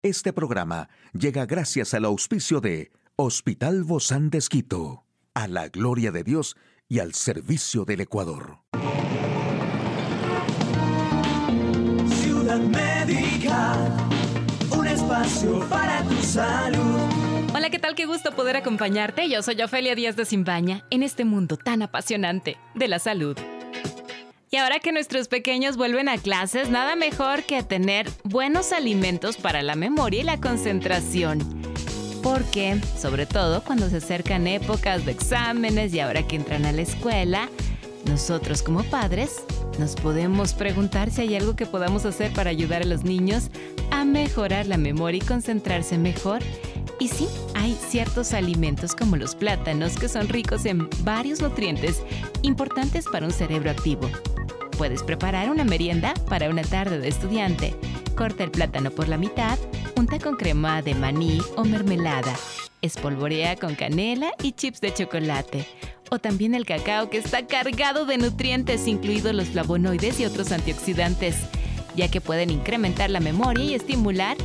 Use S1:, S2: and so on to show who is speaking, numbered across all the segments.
S1: Este programa llega gracias al auspicio de Hospital Bozán de Esquito, a la gloria de Dios y al servicio del Ecuador.
S2: Ciudad Médica, un espacio para tu salud.
S3: Hola, ¿qué tal? Qué gusto poder acompañarte. Yo soy Ofelia Díaz de Simbaña en este mundo tan apasionante de la salud. Y ahora que nuestros pequeños vuelven a clases, nada mejor que tener buenos alimentos para la memoria y la concentración. Porque, sobre todo cuando se acercan épocas de exámenes y ahora que entran a la escuela, nosotros como padres nos podemos preguntar si hay algo que podamos hacer para ayudar a los niños a mejorar la memoria y concentrarse mejor. Y sí, hay ciertos alimentos como los plátanos que son ricos en varios nutrientes importantes para un cerebro activo. Puedes preparar una merienda para una tarde de estudiante. Corta el plátano por la mitad, unta con crema de maní o mermelada. Espolvorea con canela y chips de chocolate. O también el cacao, que está cargado de nutrientes, incluidos los flavonoides y otros antioxidantes, ya que pueden incrementar la memoria y estimular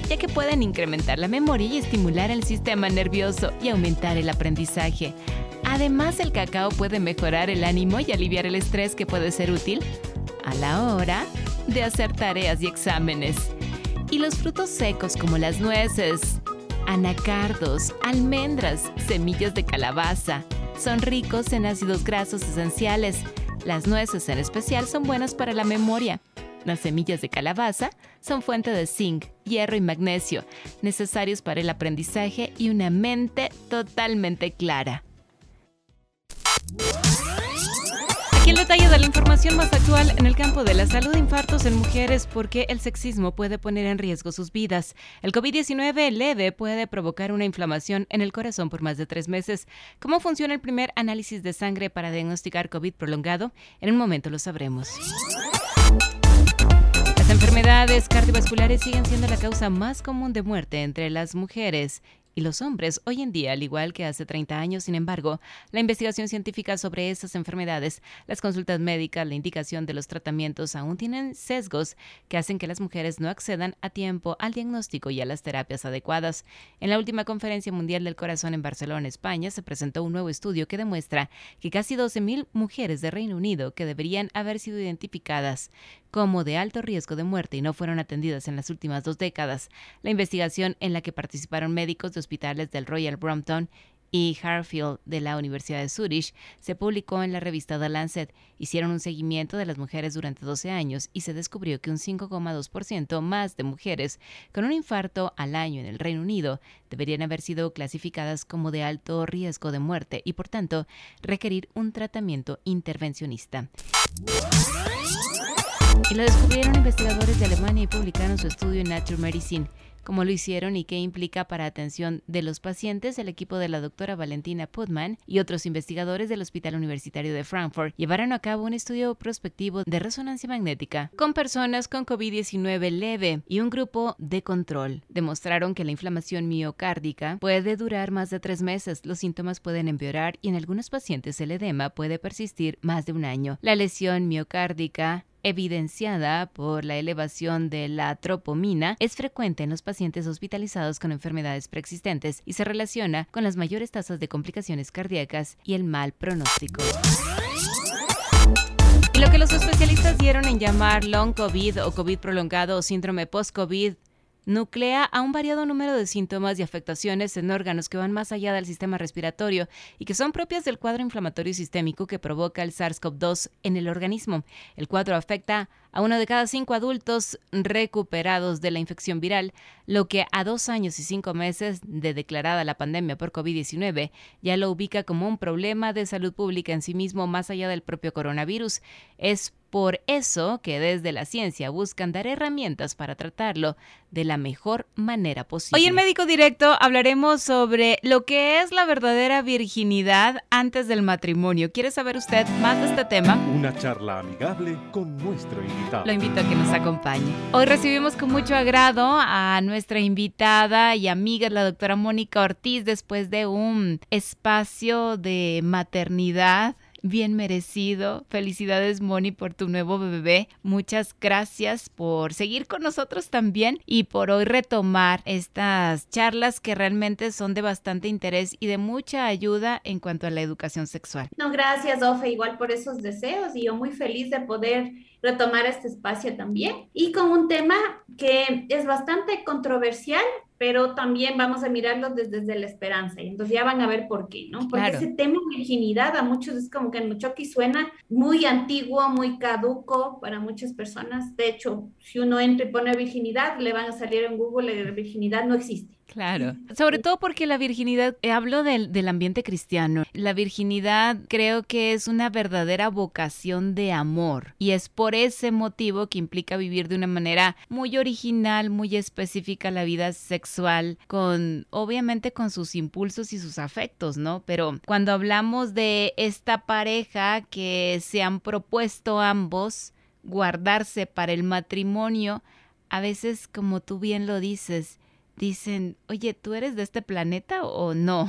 S3: el sistema nervioso y aumentar el aprendizaje. Además, el cacao puede mejorar el ánimo y aliviar el estrés, que puede ser útil a la hora de hacer tareas y exámenes. Y los frutos secos como las nueces, anacardos, almendras, semillas de calabaza, son ricos en ácidos grasos esenciales. Las nueces en especial son buenas para la memoria. Las semillas de calabaza son fuente de zinc, hierro y magnesio, necesarios para el aprendizaje y una mente totalmente clara. Aquí el detalle de la información más actual en el campo de la salud: infartos en mujeres, porque el sexismo puede poner en riesgo sus vidas. El COVID-19 leve puede provocar una inflamación en el corazón por más de 3 meses. ¿Cómo funciona el primer análisis de sangre para diagnosticar COVID prolongado? En un momento lo sabremos. Las enfermedades cardiovasculares siguen siendo la causa más común de muerte entre las mujeres y los hombres hoy en día, al igual que hace 30 años. Sin embargo, la investigación científica sobre estas enfermedades, las consultas médicas, la indicación de los tratamientos aún tienen sesgos que hacen que las mujeres no accedan a tiempo al diagnóstico y a las terapias adecuadas. En la última Conferencia Mundial del Corazón en Barcelona, España, se presentó un nuevo estudio que demuestra que casi 12,000 mujeres de Reino Unido, que deberían haber sido identificadas como de alto riesgo de muerte y no fueron atendidas en las últimas 2 décadas. La investigación, en la que participaron médicos de hospitales del Royal Brompton y Harfield de la Universidad de Zurich, se publicó en la revista The Lancet. Hicieron un seguimiento de las mujeres durante 12 años y se descubrió que un 5,2% más de mujeres con un infarto al año en el Reino Unido deberían haber sido clasificadas como de alto riesgo de muerte y, por tanto, requerir un tratamiento intervencionista. Y lo descubrieron investigadores de Alemania y publicaron su estudio en Nature Medicine. ¿Cómo lo hicieron y qué implica para atención de los pacientes? El equipo de la doctora Valentina Putman y otros investigadores del Hospital Universitario de Frankfurt llevaron a cabo un estudio prospectivo de resonancia magnética con personas con COVID-19 leve y un grupo de control. Demostraron que la inflamación miocárdica puede durar más de 3 meses, los síntomas pueden empeorar y en algunos pacientes el edema puede persistir más de 1 año. La lesión miocárdica, evidenciada por la elevación de la tropomina, es frecuente en los pacientes hospitalizados con enfermedades preexistentes y se relaciona con las mayores tasas de complicaciones cardíacas y el mal pronóstico. Y lo que los especialistas dieron en llamar long COVID o COVID prolongado o síndrome post-COVID nuclea a un variado número de síntomas y afectaciones en órganos que van más allá del sistema respiratorio y que son propias del cuadro inflamatorio sistémico que provoca el SARS-CoV-2 en el organismo. El cuadro afecta a 1 de cada 5 adultos recuperados de la infección viral, lo que a 2 años y 5 meses de declarada la pandemia por COVID-19 ya lo ubica como un problema de salud pública en sí mismo, más allá del propio coronavirus. Es por eso que desde la ciencia buscan dar herramientas para tratarlo de la mejor manera posible. Hoy en Médico Directo hablaremos sobre lo que es la verdadera virginidad antes del matrimonio. ¿Quiere saber usted más de este tema?
S4: Una charla amigable con nuestro invitado.
S3: Lo invito a que nos acompañe. Hoy recibimos con mucho agrado a nuestra invitada y amiga, la doctora Mónica Ortiz, después de un espacio de maternidad bien merecido. Felicidades, Moni, por tu nuevo bebé. Muchas gracias por seguir con nosotros también y por hoy retomar estas charlas que realmente son de bastante interés y de mucha ayuda en cuanto a la educación sexual.
S5: No, gracias, Ofe, igual por esos deseos y yo muy feliz de poder retomar este espacio también y con un tema que es bastante controversial, pero también vamos a mirarlo desde la esperanza y entonces ya van a ver por qué, ¿no? Porque
S3: Claro.
S5: ese tema de virginidad a muchos es como que en Mochoqui suena muy antiguo, muy caduco para muchas personas. De hecho, si uno entra y pone virginidad, le van a salir en Google, la virginidad no existe.
S3: Claro, sobre todo porque la virginidad, hablo del ambiente cristiano, la virginidad creo que es una verdadera vocación de amor y es por ese motivo que implica vivir de una manera muy original, muy específica la vida sexual, obviamente con sus impulsos y sus afectos, ¿no? Pero cuando hablamos de esta pareja que se han propuesto ambos guardarse para el matrimonio, a veces, como tú bien lo dices, dicen, oye, ¿tú eres de este planeta o no?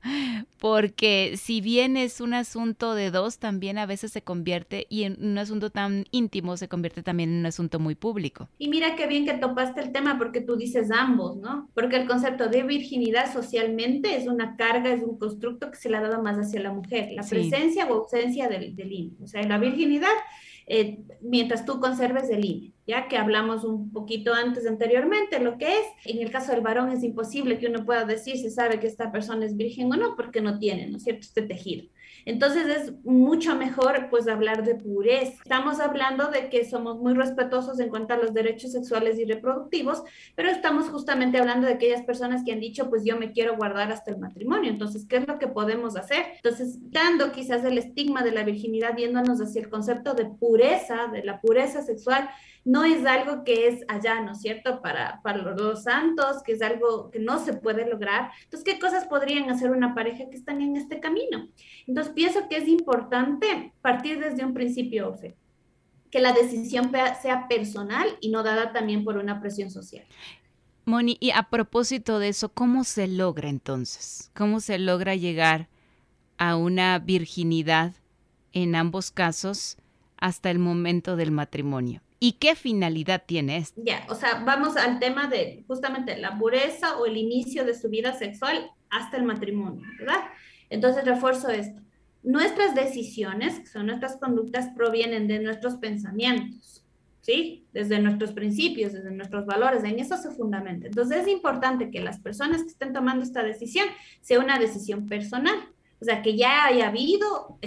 S3: Porque si bien es un asunto de dos, también a veces se convierte, y en un asunto tan íntimo se convierte también en un asunto muy público.
S5: Y mira qué bien que topaste el tema porque tú dices ambos, ¿no? Porque el concepto de virginidad socialmente es una carga, es un constructo que se le ha dado más hacia la mujer, la presencia o ausencia del INE. O sea, la virginidad, mientras tú conserves el INE, ya que hablamos un poquito anteriormente, lo que es, en el caso del varón es imposible que uno pueda decir si sabe que esta persona es virgen o no, porque no tiene, ¿no es cierto?, este tejido. Entonces es mucho mejor pues hablar de pureza. Estamos hablando de que somos muy respetuosos en cuanto a los derechos sexuales y reproductivos, pero estamos justamente hablando de aquellas personas que han dicho pues yo me quiero guardar hasta el matrimonio. Entonces, ¿qué es lo que podemos hacer? Entonces, dando quizás el estigma de la virginidad, yéndonos hacia el concepto de pureza, de la pureza sexual, no es algo que es allá, ¿no es cierto?, para los santos, que es algo que no se puede lograr. Entonces, ¿qué cosas podrían hacer una pareja que están en este camino? Entonces, pienso que es importante partir desde un principio, Ofe, que la decisión sea personal y no dada también por una presión social.
S3: Moni, y a propósito de eso, ¿cómo se logra entonces? ¿Cómo se logra llegar a una virginidad en ambos casos hasta el momento del matrimonio? ¿Y qué finalidad tiene esto?
S5: Ya, o sea, vamos al tema de justamente la pureza o el inicio de su vida sexual hasta el matrimonio, ¿verdad? Entonces, refuerzo esto. Nuestras decisiones, que son nuestras conductas, provienen de nuestros pensamientos, ¿sí? Desde nuestros principios, desde nuestros valores, en eso se fundamenta. Entonces, es importante que las personas que estén tomando esta decisión sea una decisión personal. O sea, que ya haya habido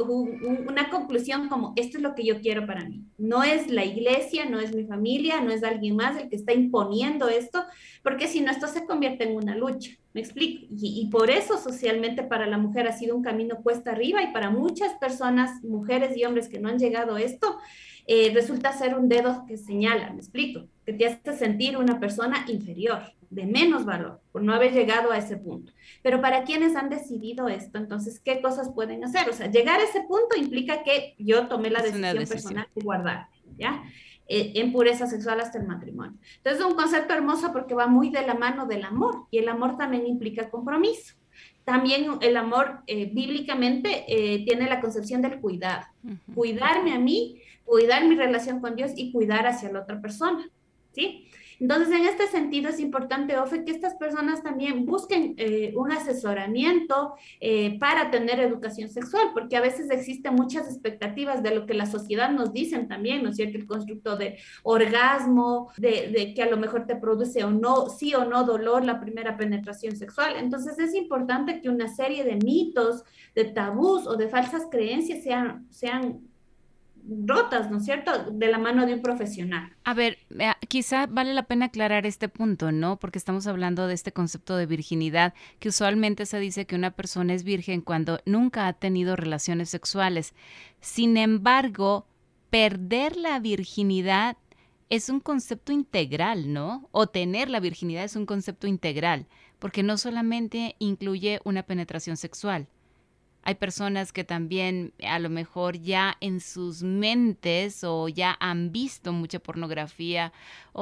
S5: una conclusión como, esto es lo que yo quiero para mí. No es la iglesia, no es mi familia, no es alguien más el que está imponiendo esto, porque si no, esto se convierte en una lucha. ¿Me explico? Y por eso socialmente para la mujer ha sido un camino cuesta arriba y para muchas personas, mujeres y hombres que no han llegado a esto, resulta ser un dedo que señala, ¿me explico? Que te hace sentir una persona inferior, de menos valor, por no haber llegado a ese punto. Pero para quienes han decidido esto, entonces, ¿qué cosas pueden hacer? O sea, llegar a ese punto implica que yo tomé la decisión personal de guardarme, ¿ya? En pureza sexual hasta el matrimonio. Entonces, es un concepto hermoso porque va muy de la mano del amor, y el amor también implica compromiso. También el amor, bíblicamente, tiene la concepción del cuidado. Cuidarme a mí, cuidar mi relación con Dios y cuidar hacia la otra persona, ¿sí? Entonces, en este sentido es importante, Ofe, que estas personas también busquen un asesoramiento para tener educación sexual, porque a veces existen muchas expectativas de lo que la sociedad nos dicen también, ¿no es cierto? El constructo de orgasmo, de que a lo mejor te produce o no, sí o no dolor la primera penetración sexual. Entonces, es importante que una serie de mitos, de tabús o de falsas creencias sean rotas, ¿no es cierto?, de la mano de un profesional.
S3: A ver, quizá vale la pena aclarar este punto, ¿no? Porque estamos hablando de este concepto de virginidad, que usualmente se dice que una persona es virgen cuando nunca ha tenido relaciones sexuales. Sin embargo, perder la virginidad es un concepto integral, ¿no? O tener la virginidad es un concepto integral, porque no solamente incluye una penetración sexual. Hay personas que también a lo mejor ya en sus mentes o ya han visto mucha pornografía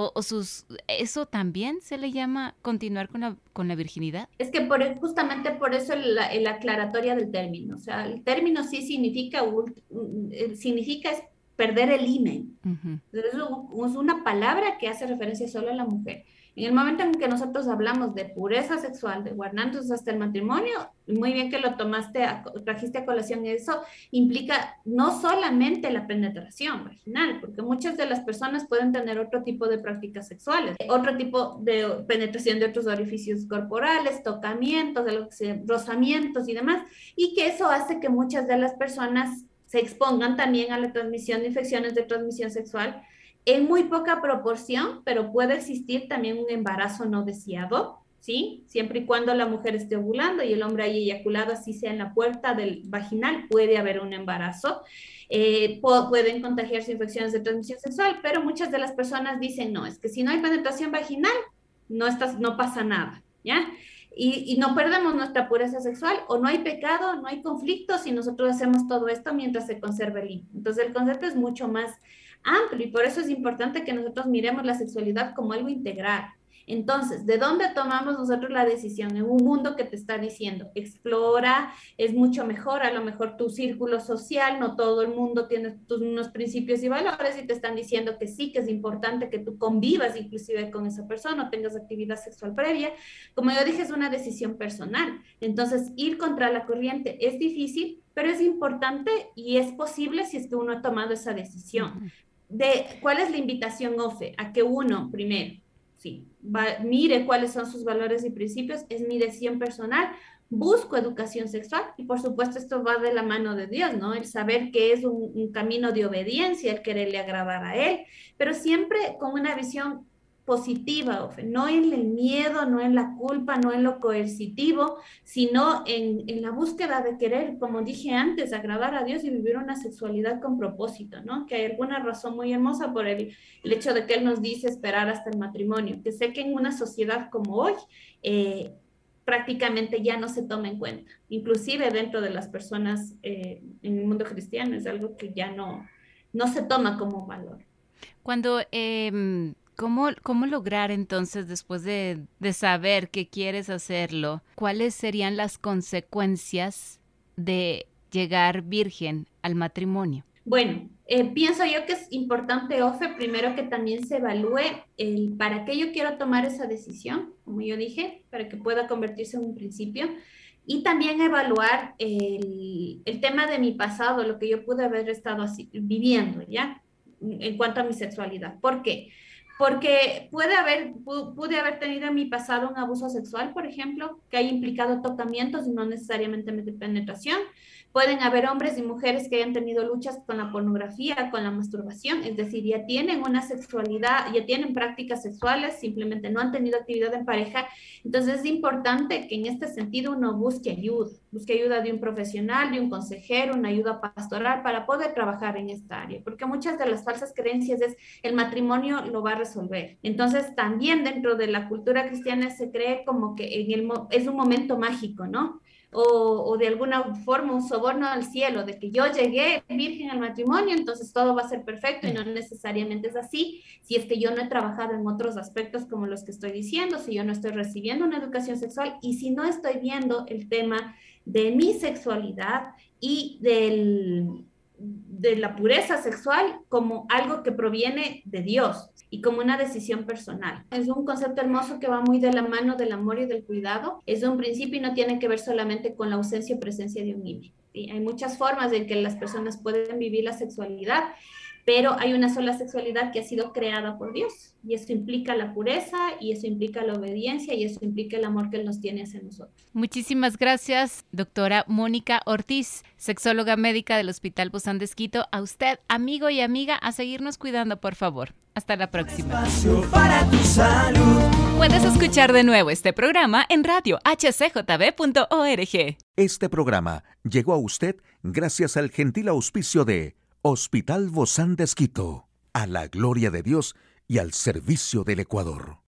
S3: ¿eso también se le llama continuar con la virginidad?
S5: Es que justamente por eso la aclaratoria del término. O sea, el término sí significa es perder el himen.
S3: Uh-huh.
S5: Es una palabra que hace referencia solo a la mujer. En el momento en que nosotros hablamos de pureza sexual, de guardándonos hasta el matrimonio, muy bien que lo trajiste a colación, eso implica no solamente la penetración vaginal, porque muchas de las personas pueden tener otro tipo de prácticas sexuales, otro tipo de penetración de otros orificios corporales, tocamientos, rozamientos y demás, y que eso hace que muchas de las personas se expongan también a la transmisión de infecciones de transmisión sexual, en muy poca proporción, pero puede existir también un embarazo no deseado, ¿sí? Siempre y cuando la mujer esté ovulando y el hombre haya eyaculado, así sea en la puerta del vaginal, puede haber un embarazo. Pueden contagiarse infecciones de transmisión sexual, pero muchas de las personas dicen, no, es que si no hay penetración vaginal, no pasa nada, ¿ya? Y no perdemos nuestra pureza sexual, o no hay pecado, no hay conflicto si nosotros hacemos todo esto mientras se conserva el limpio. Entonces el concepto es mucho más amplio y por eso es importante que nosotros miremos la sexualidad como algo integral. Entonces, ¿de dónde tomamos nosotros la decisión? En un mundo que te está diciendo, explora, es mucho mejor, a lo mejor tu círculo social, no todo el mundo tiene unos principios y valores y te están diciendo que sí, que es importante que tú convivas inclusive con esa persona o tengas actividad sexual previa. Como yo dije, es una decisión personal. Entonces, ir contra la corriente es difícil, pero es importante y es posible si es que uno ha tomado esa decisión. ¿Cuál es la invitación, Ofe? A que uno, primero, mire cuáles son sus valores y principios, es mi decisión personal, busco educación sexual y por supuesto esto va de la mano de Dios, ¿no? El saber que es un camino de obediencia, el quererle agradar a Él, pero siempre con una visión positiva, Ofe, no en el miedo, no en la culpa, no en lo coercitivo, sino en la búsqueda de querer, como dije antes, agradar a Dios y vivir una sexualidad con propósito, ¿no? Que hay alguna razón muy hermosa por el hecho de que Él nos dice esperar hasta el matrimonio, que sé que en una sociedad como hoy, prácticamente ya no se toma en cuenta, inclusive dentro de las personas en el mundo cristiano, es algo que ya no se toma como valor.
S3: Cuando... ¿Cómo lograr entonces, después de saber que quieres hacerlo, cuáles serían las consecuencias de llegar virgen al matrimonio?
S5: Bueno, pienso yo que es importante, Ofe, primero que también se evalúe para qué yo quiero tomar esa decisión, como yo dije, para que pueda convertirse en un principio, y también evaluar el tema de mi pasado, lo que yo pude haber estado viviendo, ¿ya? En cuanto a mi sexualidad. ¿Por qué? Porque pude haber tenido en mi pasado un abuso sexual, por ejemplo, que haya implicado tocamientos y no necesariamente penetración. Pueden haber hombres y mujeres que hayan tenido luchas con la pornografía, con la masturbación, es decir, ya tienen una sexualidad, ya tienen prácticas sexuales, simplemente no han tenido actividad en pareja. Entonces es importante que en este sentido uno busque ayuda de un profesional, de un consejero, una ayuda pastoral para poder trabajar en esta área, porque muchas de las falsas creencias es el matrimonio lo va a resolver. Entonces también dentro de la cultura cristiana se cree como que es un momento mágico, ¿no? O de alguna forma un soborno al cielo, de que yo llegué virgen al matrimonio, entonces todo va a ser perfecto, y no necesariamente es así, si es que yo no he trabajado en otros aspectos como los que estoy diciendo, si yo no estoy recibiendo una educación sexual y si no estoy viendo el tema de mi sexualidad y de la pureza sexual como algo que proviene de Dios y como una decisión personal. Es un concepto hermoso que va muy de la mano del amor y del cuidado. Es un principio y no tiene que ver solamente con la ausencia o presencia de un niño. ¿Sí? Hay muchas formas en que las personas pueden vivir la sexualidad, pero hay una sola sexualidad que ha sido creada por Dios, y eso implica la pureza, y eso implica la obediencia, y eso implica el amor que Él nos tiene hacia nosotros.
S3: Muchísimas gracias, doctora Mónica Ortiz, sexóloga médica del Hospital Bozán de Esquito. A usted, amigo y amiga, a seguirnos cuidando, por favor. Hasta la próxima.
S2: Para tu salud.
S3: Puedes escuchar de nuevo este programa en radio hcjb.org.
S1: Este programa llegó a usted gracias al gentil auspicio de Hospital Bozán de Esquito, a la gloria de Dios y al servicio del Ecuador.